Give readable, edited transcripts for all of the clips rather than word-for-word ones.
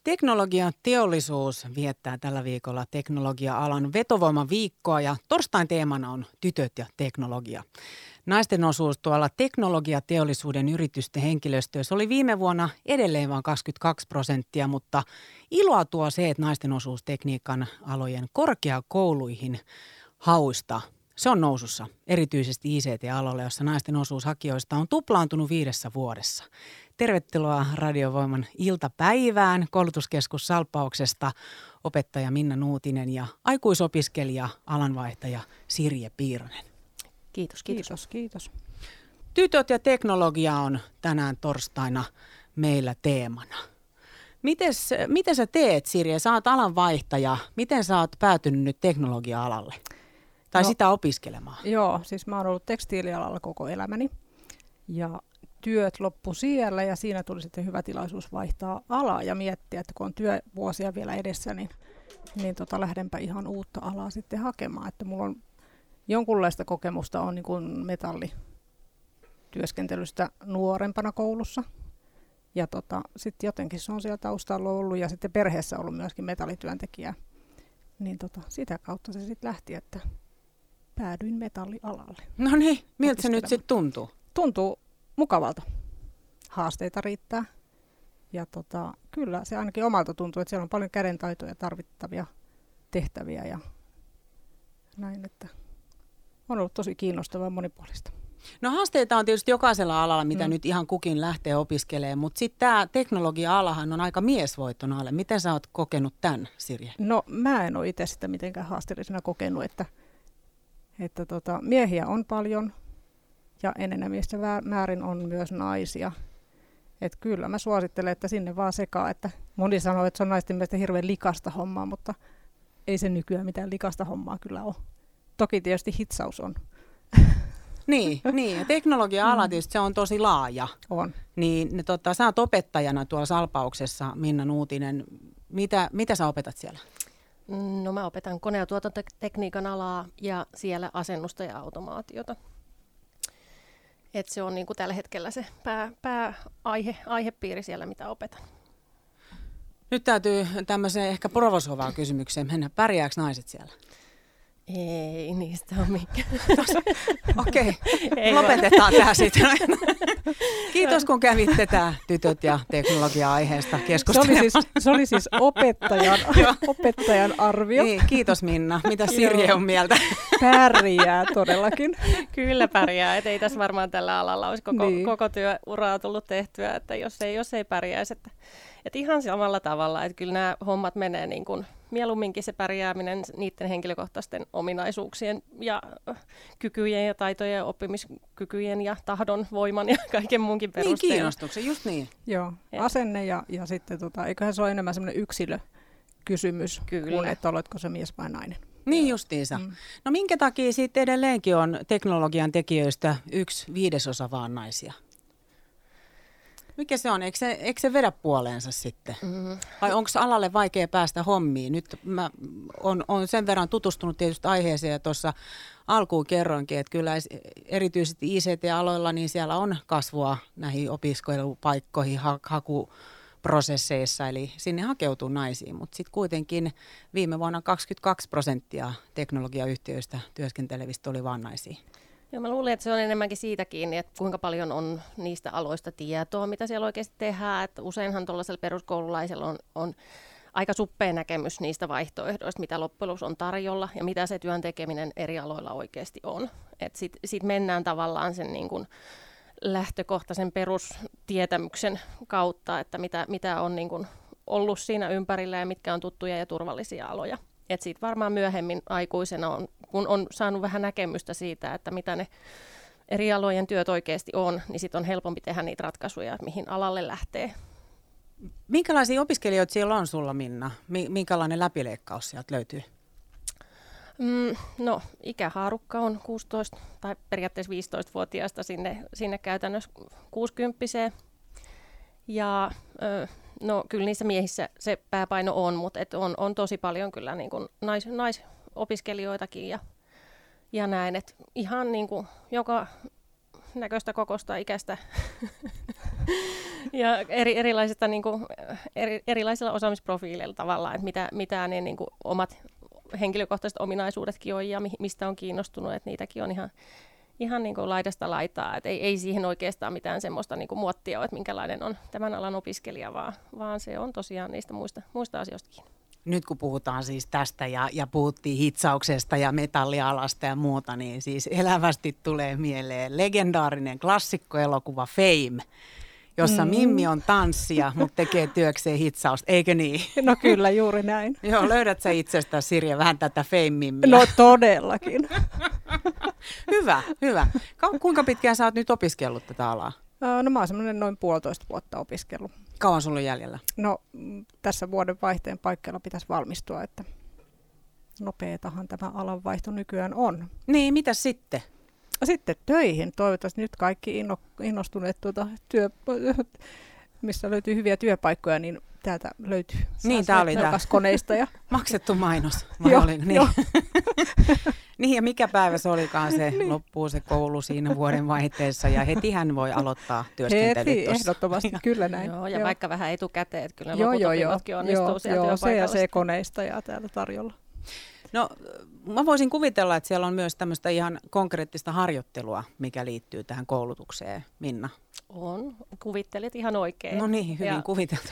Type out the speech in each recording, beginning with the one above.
Teknologian teollisuus viettää tällä viikolla teknologia-alan vetovoimaviikkoa ja torstain teemana on tytöt ja teknologia. Naisten osuus tuolla teknologiateollisuuden yritysten henkilöstössä oli viime vuonna edelleen vain 22%, mutta iloa tuo se, että naisten osuus tekniikan alojen korkeakouluihin hauista, se on nousussa, erityisesti ICT-aloilla, jossa naisten osuus hakijoista on tuplaantunut 5 vuodessa. Tervetuloa Radiovoiman iltapäivään koulutuskeskus Salppauksesta opettaja Minna Nuutinen ja aikuisopiskelija alanvaihtaja Sirje Piirainen. Kiitos. Tytöt ja teknologia on tänään torstaina meillä teemana. Miten sä teet, Sirje? Sä oot alanvaihtaja. Miten sä oot päätynyt nyt teknologia-alalle? Tai sitä opiskelemaan? Joo, siis mä oon ollut tekstiilialalla koko elämäni ja työt loppu siellä ja siinä tuli sitten hyvä tilaisuus vaihtaa alaa ja miettiä, että kun on työvuosia vielä edessä, niin lähdenpä ihan uutta alaa sitten hakemaan. Että mulla on jonkunlaista kokemusta on niin kuin metallityöskentelystä nuorempana koulussa. Ja sitten jotenkin se on siellä taustalla ollut ja sitten perheessä ollut myöskin metallityöntekijä. Niin sitä kautta se sitten lähti, että päädyin metallialalle. No niin, miltä se nyt sitten tuntuu? Tuntuu mukavalta. Haasteita riittää. Ja kyllä se ainakin omalta tuntuu, että siellä on paljon kädentaitoja tarvittavia tehtäviä ja näin, että on ollut tosi kiinnostavaa ja monipuolista. No haasteita on tietysti jokaisella alalla, mitä nyt ihan kukin lähtee opiskelemaan, mutta sitten tämä teknologia-alahan on aika miesvoittoinen ala. Miten sä oot kokenut tämän, Sirje? No mä en ole itse sitä mitenkään haasteellisena kokenut, että miehiä on paljon ja enenevissä määrin on myös naisia. Että kyllä mä suosittelen, että sinne vaan sekaa, että moni sanoo, että se on naisten mielestä hirveän likasta hommaa, mutta ei se nykyään mitään likasta hommaa kyllä ole. Toki tietysti hitsaus on. Niin, ja teknologia-ala tietysti se on tosi laaja. On. Niin sä oot opettajana tuolla Salpauksessa, Minna Nuutinen. Mitä sä opetat siellä? No mä opetan kone- ja tuotantotekniikan alaa ja siellä asennusta ja automaatiota. Et se on niinku tällä hetkellä se aihepiiri siellä, mitä opetan. Nyt täytyy tämmöiseen ehkä provosoivaan kysymykseen mennä. Pärjääkö naiset siellä? Ei niistä ole mikään. Okei, lopetetaan tämä sitten. Kiitos kun kävitte tämä tytöt ja teknologia-aiheesta keskustelemaan. Se oli siis opettajan arvio. Niin, kiitos Minna. Mitä Sirje on mieltä? Pärjää todellakin. Kyllä pärjää, et ei tässä varmaan tällä alalla olisi koko työuraa tullut tehtyä, että jos ei pärjäisi. Että ihan samalla tavalla, että kyllä nämä hommat menee niin kuin mieluumminkin se pärjääminen niiden henkilökohtaisten ominaisuuksien ja kykyjen ja taitojen ja oppimiskykyjen ja tahdon, voiman ja kaiken muunkin perusteella. Niin, kiinnostuksen, just niin. Joo, asenne ja sitten eiköhän se ole enemmän semmoinen yksilökysymys kuin että oletko se mies vai nainen. Niin justiinsa. No minkä takia sitten edelleenkin on teknologian tekijöistä 1/5 vaan naisia? Mikä se on? Eikö se vedä puoleensa sitten? Vai onko alalle vaikea päästä hommiin? Nyt mä on sen verran tutustunut tietysti aiheeseen ja tuossa alkuun kerroinkin, että kyllä erityisesti ICT-aloilla niin siellä on kasvua näihin opiskelupaikkoihin, hakuprosesseissa, eli sinne hakeutuu naisiin. Mutta sitten kuitenkin viime vuonna 22% teknologiayhtiöistä työskentelevistä oli vain naisia. Joo, mä luulen, että se on enemmänkin siitä kiinni, että kuinka paljon on niistä aloista tietoa, mitä siellä oikeasti tehdään. Että useinhan tuollaisella peruskoululaisella on aika suppea näkemys niistä vaihtoehdoista, mitä loppujen lopuksi on tarjolla ja mitä se työn tekeminen eri aloilla oikeasti on. Että sit mennään tavallaan sen niin kuin lähtökohtaisen perustietämyksen kautta, että mitä on niin kuin ollut siinä ympärillä ja mitkä on tuttuja ja turvallisia aloja. Että siitä varmaan myöhemmin aikuisena kun on saanut vähän näkemystä siitä, että mitä ne eri alojen työt oikeasti on, niin sitten on helpompi tehdä niitä ratkaisuja, että mihin alalle lähtee. Minkälaisia opiskelijoita siellä on sulla, Minna? Minkälainen läpileikkaus sieltä löytyy? No, ikähaarukka on 16 tai periaatteessa 15-vuotiaasta sinne käytännössä 60-vuotiaaseen. Ja no, kyllä niissä miehissä se pääpaino on, mutta on tosi paljon kyllä niin kuin naisopiskelijoitakin ja näin, että ihan niin kuin joka näköistä kokosta ikäistä Ja erilaisista, niin kuin, erilaisilla osaamisprofiileilla tavallaan, että mitä ne niin kuin, omat henkilökohtaiset ominaisuudetkin on ja mistä on kiinnostunut, että niitäkin on ihan niin kuin laidasta laitaa, että ei siihen oikeastaan mitään semmoista niin kuin muottia ole, että minkälainen on tämän alan opiskelija, vaan se on tosiaan niistä muista asioistakin. Nyt kun puhutaan siis tästä ja puhuttiin hitsauksesta ja metallialasta ja muuta, niin siis elävästi tulee mieleen legendaarinen klassikkoelokuva Fame, jossa Mimmi on tanssija, mutta tekee työkseen hitsausta, eikö niin? No kyllä, juuri näin. Joo, löydät sä itsestä, Sirje, vähän tätä Fame-mimmiä? No todellakin. Hyvä. Kuinka pitkään sä oot nyt opiskellut tätä alaa? No mä oon semmoinen noin 1,5 vuotta opiskellut. Kauan sulla on jäljellä? No tässä vuoden vaihteen paikkeilla pitäisi valmistua, että nopeatahan tämä alanvaihto nykyään on. Niin, mitä sitten? Sitten töihin. Toivottavasti nyt kaikki innostuneet missä löytyy hyviä työpaikkoja, niin täältä löytyy. Niin, tämä oli tämä koneista ja maksettu mainos. Joo. Niin. Niin, ja mikä päivä se olikaan se, loppuu se koulu siinä vuoden vaihteessa ja heti hän voi aloittaa työskentelyt heti, tuossa. ehdottomasti, kyllä näin. Joo, ja vaikka vähän etukäteen, että kyllä loput opinnotkin onnistuu siellä työpaikalla. C-koneista ja täällä tarjolla. No, mä voisin kuvitella, että siellä on myös tämmöistä ihan konkreettista harjoittelua, mikä liittyy tähän koulutukseen, Minna. On, kuvittelit ihan oikein. No niin, hyvin kuviteltu.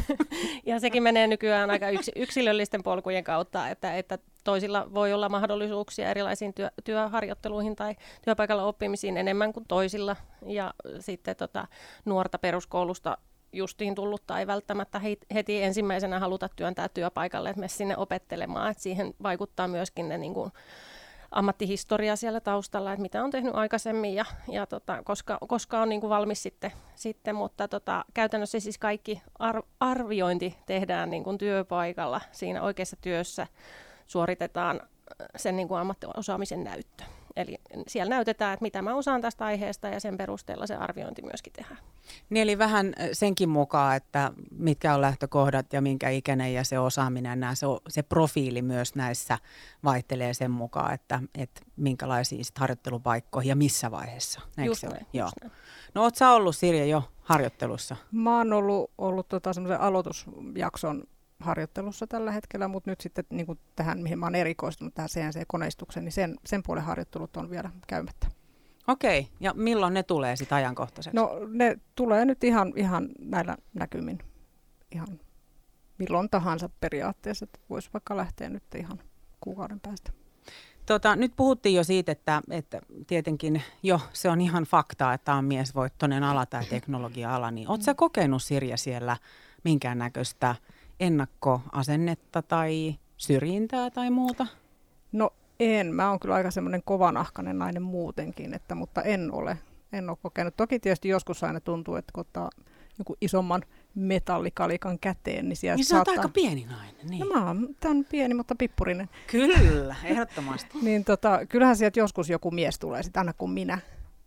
Ja sekin menee nykyään aika yksilöllisten polkujen kautta, että toisilla voi olla mahdollisuuksia erilaisiin työharjoitteluihin tai työpaikalla oppimisiin enemmän kuin toisilla. Ja sitten nuorta peruskoulusta justiin tullutta ei välttämättä heti ensimmäisenä haluta työntää työpaikalle, että mene sinne opettelemaan. Että siihen vaikuttaa myöskin ne niin kuin ammattihistoria siellä taustalla, että mitä on tehnyt aikaisemmin ja koska on niin kuin valmis sitten mutta käytännössä siis kaikki arviointi tehdään niin kuin työpaikalla. Siinä oikeassa työssä suoritetaan sen niin kuin ammattiosaamisen näyttö. Eli siellä näytetään, että mitä mä osaan tästä aiheesta ja sen perusteella se arviointi myöskin tehdään. Niin eli vähän senkin mukaan, että mitkä on lähtökohdat ja minkä ikäinen ja se osaaminen, se profiili myös näissä vaihtelee sen mukaan, että minkälaisia sit harjoittelupaikkoja ja missä vaiheessa. Just näin. No oot sä ollut, Sirje, jo harjoittelussa? Mä oon ollut semmoisen aloitusjakson harjoittelussa tällä hetkellä, mutta nyt sitten niin kuin tähän, mihin mä oon erikoistunut, tähän CNC-koneistukseen, niin sen puolen harjoittelut on vielä käymättä. Okei, ja milloin ne tulee sitten ajankohtaiseksi? No ne tulee nyt ihan näillä näkymin, ihan milloin tahansa periaatteessa, että voisi vaikka lähteä nyt ihan kuukauden päästä. Nyt puhuttiin jo siitä, että tietenkin se on ihan faktaa, että tämä on miesvoittoinen ala, tämä teknologia-ala, niin ootko sä kokenut, Sirja, siellä minkäännäköistä ennakkoasennetta tai syrjintää tai muuta? No en. Mä oon kyllä aika semmoinen kovanahkainen nainen muutenkin, mutta en ole kokenut. Toki tietysti joskus aina tuntuu, että kun ottaa joku isomman metallikalikan käteen, niin siellä niin saattaa... Niin sä oot aika pieni nainen. Niin. No tää on pieni, mutta pippurinen. Kyllä, ehdottomasti. Niin kyllähän sieltä joskus joku mies tulee sitten aina kun minä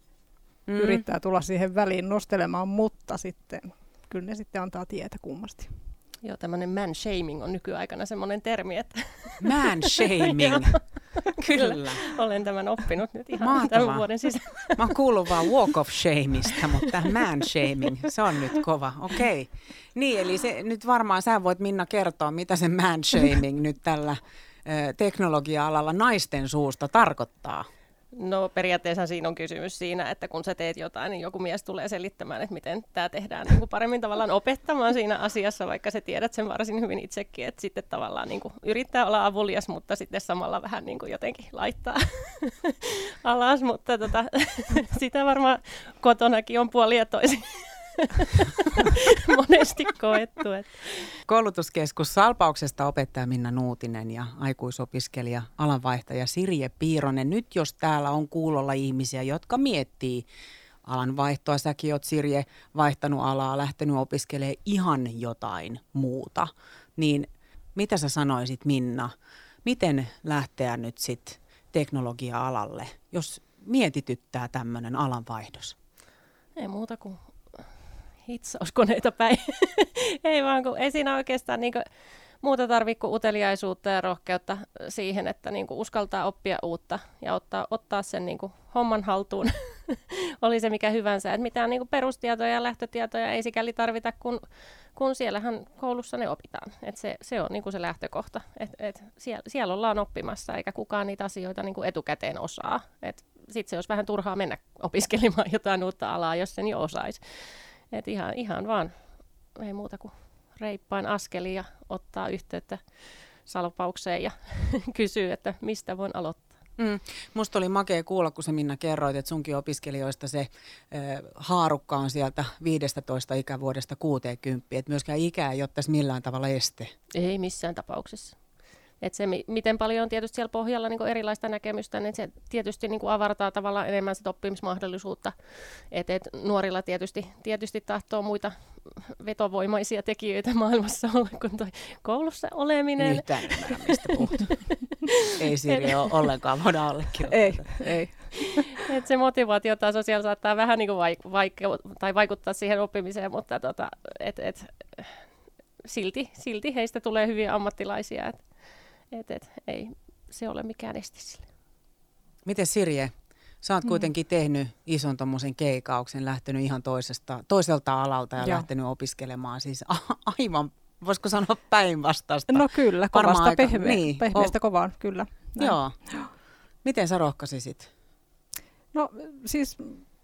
yrittää tulla siihen väliin nostelemaan, mutta sitten kyllä ne sitten antaa tietä kummasti. Joo, tämmöinen man-shaming on nykyaikana semmoinen termi, että... Man-shaming, kyllä. Olen tämän oppinut nyt ihan tämän vuoden sisällä. Mä oon kuullut vaan walk of shameista, mutta man-shaming, se on nyt kova. Okei. Niin, eli se, nyt varmaan sä voit, Minna, kertoa, mitä se man-shaming nyt tällä teknologia-alalla naisten suusta tarkoittaa. No periaatteessa siinä on kysymys siinä, että kun sä teet jotain, niin joku mies tulee selittämään, että miten tämä tehdään niin kuin paremmin tavallaan opettamaan siinä asiassa, vaikka sä tiedät sen varsin hyvin itsekin, että sitten tavallaan niin kuin yrittää olla avulias, mutta sitten samalla vähän niin kuin jotenkin laittaa alas, mutta sitä varmaan kotonakin on puolin ja toisin monesti koettu. Että. Koulutuskeskus Salpauksesta opettaja Minna Nuutinen ja aikuisopiskelija alanvaihtaja Sirje Piironen. Nyt jos täällä on kuulolla ihmisiä, jotka miettii alanvaihtoa, säkin oot, Sirje, vaihtanut alaa, lähtenyt opiskelemaan ihan jotain muuta, niin mitä sä sanoisit, Minna, miten lähteä nyt sitten teknologia-alalle, jos mietityttää tämmöinen alanvaihdos? Ei muuta kuin hitsauskoneita päin. Ei vaan, kun ei siinä oikeastaan niin kuin muuta tarvitse kuin uteliaisuutta ja rohkeutta siihen, että niin kuin uskaltaa oppia uutta ja ottaa sen niin kuin homman haltuun oli se mikä hyvänsä. Et mitään niin kuin perustietoja ja lähtötietoja ei sikäli tarvita, kun siellähän koulussa ne opitaan. Et se on niin kuin se lähtökohta. Siellä ollaan oppimassa, eikä kukaan niitä asioita niin kuin etukäteen osaa. Sitten se olisi vähän turhaa mennä opiskelemaan jotain uutta alaa, jos sen jo osaisi. Ihan vaan, ei muuta kuin reippain askeli ja ottaa yhteyttä Salopaukseen ja kysyy, että mistä voin aloittaa. Musta oli makea kuulla, kun sä Minna kerroit, että sunkin opiskelijoista se haarukka on sieltä 15 ikävuodesta 60, että myöskään ikä ei ole tässä millään tavalla este. Ei missään tapauksessa. Et se, miten paljon on tietysti siellä pohjalla niin erilaista näkemystä, niin se tietysti niin avartaa tavallaan enemmän sitä oppimismahdollisuutta. Et nuorilla tietysti tahtoo muita vetovoimaisia tekijöitä maailmassa olla kuin toi koulussa oleminen. Nyt en ymmärrä, mistä puhut. Ei Siri ole ollenkaan voida allekirjoittaa. Ei. Et se motivaatiotaso siellä saattaa vähän niin kuin vaikuttaa siihen oppimiseen, mutta silti heistä tulee hyviä ammattilaisia. Ei se ole mikään este sille. Miten Sirje? Sä oot kuitenkin tehnyt ison tommosen keikauksen, lähtenyt ihan toiselta alalta ja lähtenyt opiskelemaan. Siis aivan, voisiko sanoa päinvastaista? No kyllä, kovasta pehmeästä kovaan, kyllä. Näin. Joo. Miten sä rohkaisisit? No siis,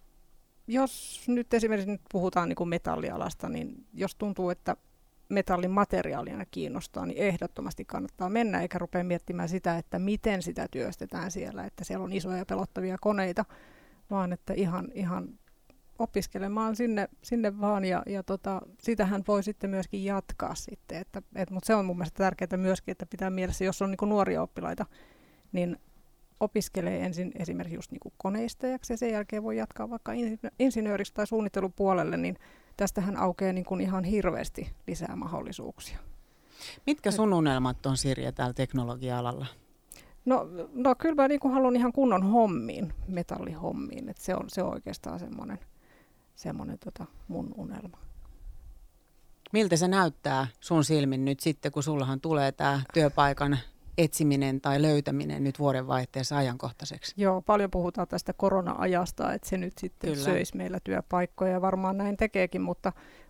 jos nyt esimerkiksi nyt puhutaan niin kuin metallialasta, niin jos tuntuu, että metallin materiaalina kiinnostaa, niin ehdottomasti kannattaa mennä, eikä rupea miettimään sitä, että miten sitä työstetään siellä, että siellä on isoja pelottavia koneita, vaan että ihan opiskelemaan sinne vaan, ja sitähän voi sitten myöskin jatkaa sitten, mutta se on mun mielestä tärkeää myöskin, että pitää mielessä, jos on niin kuin nuoria oppilaita, niin opiskelee ensin esimerkiksi just niin kuin koneistajaksi, ja sen jälkeen voi jatkaa vaikka insinööriksi tai suunnittelupuolelle, niin tästähän aukeaa niin kuin ihan hirveästi lisää mahdollisuuksia. Mitkä sun unelmat on, Sirje, täällä teknologia-alalla? No kyllä mä niin kuin haluan ihan kunnon hommiin, metallihommiin. Et se on oikeastaan semmoinen mun unelma. Miltä se näyttää sun silmin nyt sitten, kun sullahan tulee tämä työpaikan etsiminen tai löytäminen nyt vuodenvaihteessa ajankohtaiseksi? Joo, paljon puhutaan tästä korona-ajasta, että se nyt sitten söisi meillä työpaikkoja, ja varmaan näin tekeekin, mutta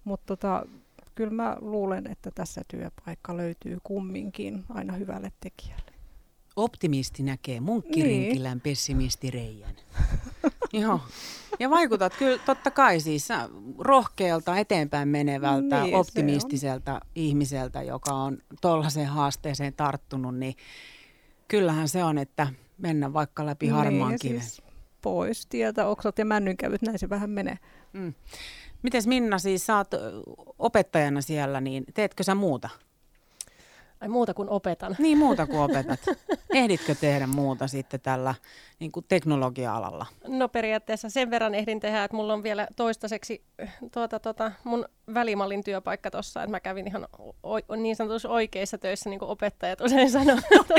kyllä mä luulen, että tässä työpaikka löytyy kumminkin aina hyvälle tekijälle. Optimisti näkee munkkirinkilän pessimisti reijän. Joo. Ja vaikutat kyllä totta kai siis rohkealta, eteenpäin menevältä, optimistiselta ihmiseltä, joka on tuollaiseen haasteeseen tarttunut, niin kyllähän se on, että mennä vaikka läpi harmaan kiven. Siis pois tieltä, oksat ja männynkävyt, näin se vähän menee. Mites Minna, siis sä oot opettajana siellä, niin teetkö sä muuta? Ai muuta kuin opetan. Niin, muuta kuin opetat. Ehditkö tehdä muuta sitten tällä niin kuin teknologia-alalla? No periaatteessa sen verran ehdin tehdä, että mulla on vielä toistaiseksi mun välimallin työpaikka tuossa, että mä kävin ihan niin sanotusti oikeissa töissä, niin kuin opettajat usein sanoo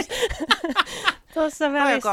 tuossa välissä.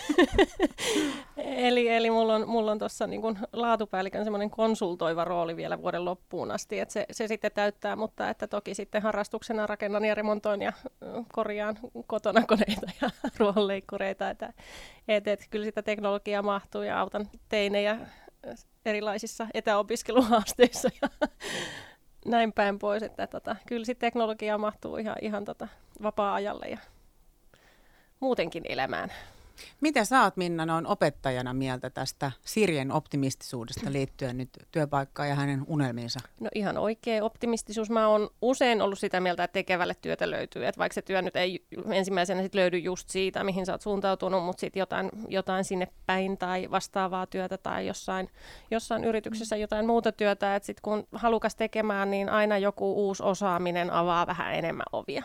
Eli mulla on tuossa niin kuin laatupäällikön semmoinen konsultoiva rooli vielä vuoden loppuun asti, että se sitten täyttää, mutta että toki sitten harrastuksena rakennan ja remontoin ja korjaan kotona koneita ja ruohonleikkureita, että kyllä sitä teknologiaa mahtuu ja autan teinejä erilaisissa etäopiskeluhaasteissa ja näin päin pois, että kyllä sitten teknologiaa mahtuu ihan vapaa-ajalle ja muutenkin elämään. Mitä sä oot, Minna, noin opettajana mieltä tästä Sirjen optimistisuudesta liittyen nyt työpaikkaan ja hänen unelmiinsa? No ihan oikea optimistisuus. Mä oon usein ollut sitä mieltä, että tekevälle työtä löytyy. Että vaikka se työ nyt ei ensimmäisenä sit löydy just siitä, mihin sä oot suuntautunut, mutta sitten jotain sinne päin tai vastaavaa työtä tai jossain yrityksessä jotain muuta työtä. Että sitten kun halukas tekemään, niin aina joku uusi osaaminen avaa vähän enemmän ovia.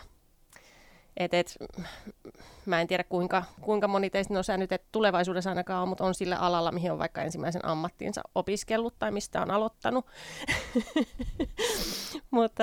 Mä en tiedä kuinka moni teistä, sä nyt et tulevaisuudessa ainakaan on, mutta on sillä alalla, mihin on vaikka ensimmäisen ammattiinsa opiskellut tai mistä on aloittanut. Mutta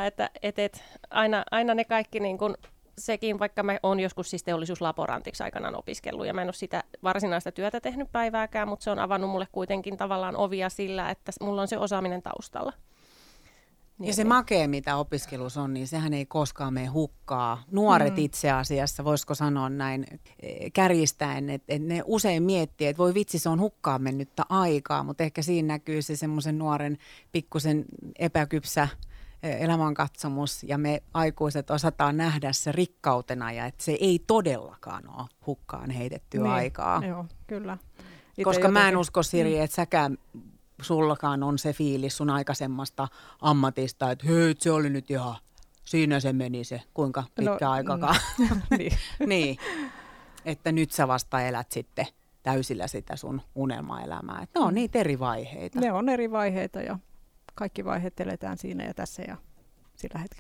aina ne kaikki, niin kun, sekin vaikka mä oon joskus siis teollisuuslaborantiksi aikanaan opiskellut ja mä en ole sitä varsinaista työtä tehnyt päivääkään, mutta se on avannut mulle kuitenkin tavallaan ovia sillä, että mulla on se osaaminen taustalla. Ja se makea, mitä opiskelussa on, niin sehän ei koskaan mene hukkaa. Nuoret itse asiassa, voisiko sanoa näin kärjistäen, että ne usein miettii, että voi vitsi, se on hukkaan mennyttä aikaa, mutta ehkä siinä näkyy se semmoisen nuoren pikkusen epäkypsä elämänkatsomus, ja me aikuiset osataan nähdä se rikkautena, ja että se ei todellakaan ole hukkaan heitettyä aikaa. Joo, kyllä. Koska mä en usko, Siri, että sullakaan on se fiilis sun aikaisemmasta ammatista, että hei, se oli nyt ihan, siinä se meni se, kuinka pitkä aikakaan. Niin, että nyt sä vasta elät sitten täysillä sitä sun unelmaelämää. Että ne on niitä eri vaiheita. Ne on eri vaiheita ja kaikki vaiheet eletään siinä ja tässä ja sillä hetkellä.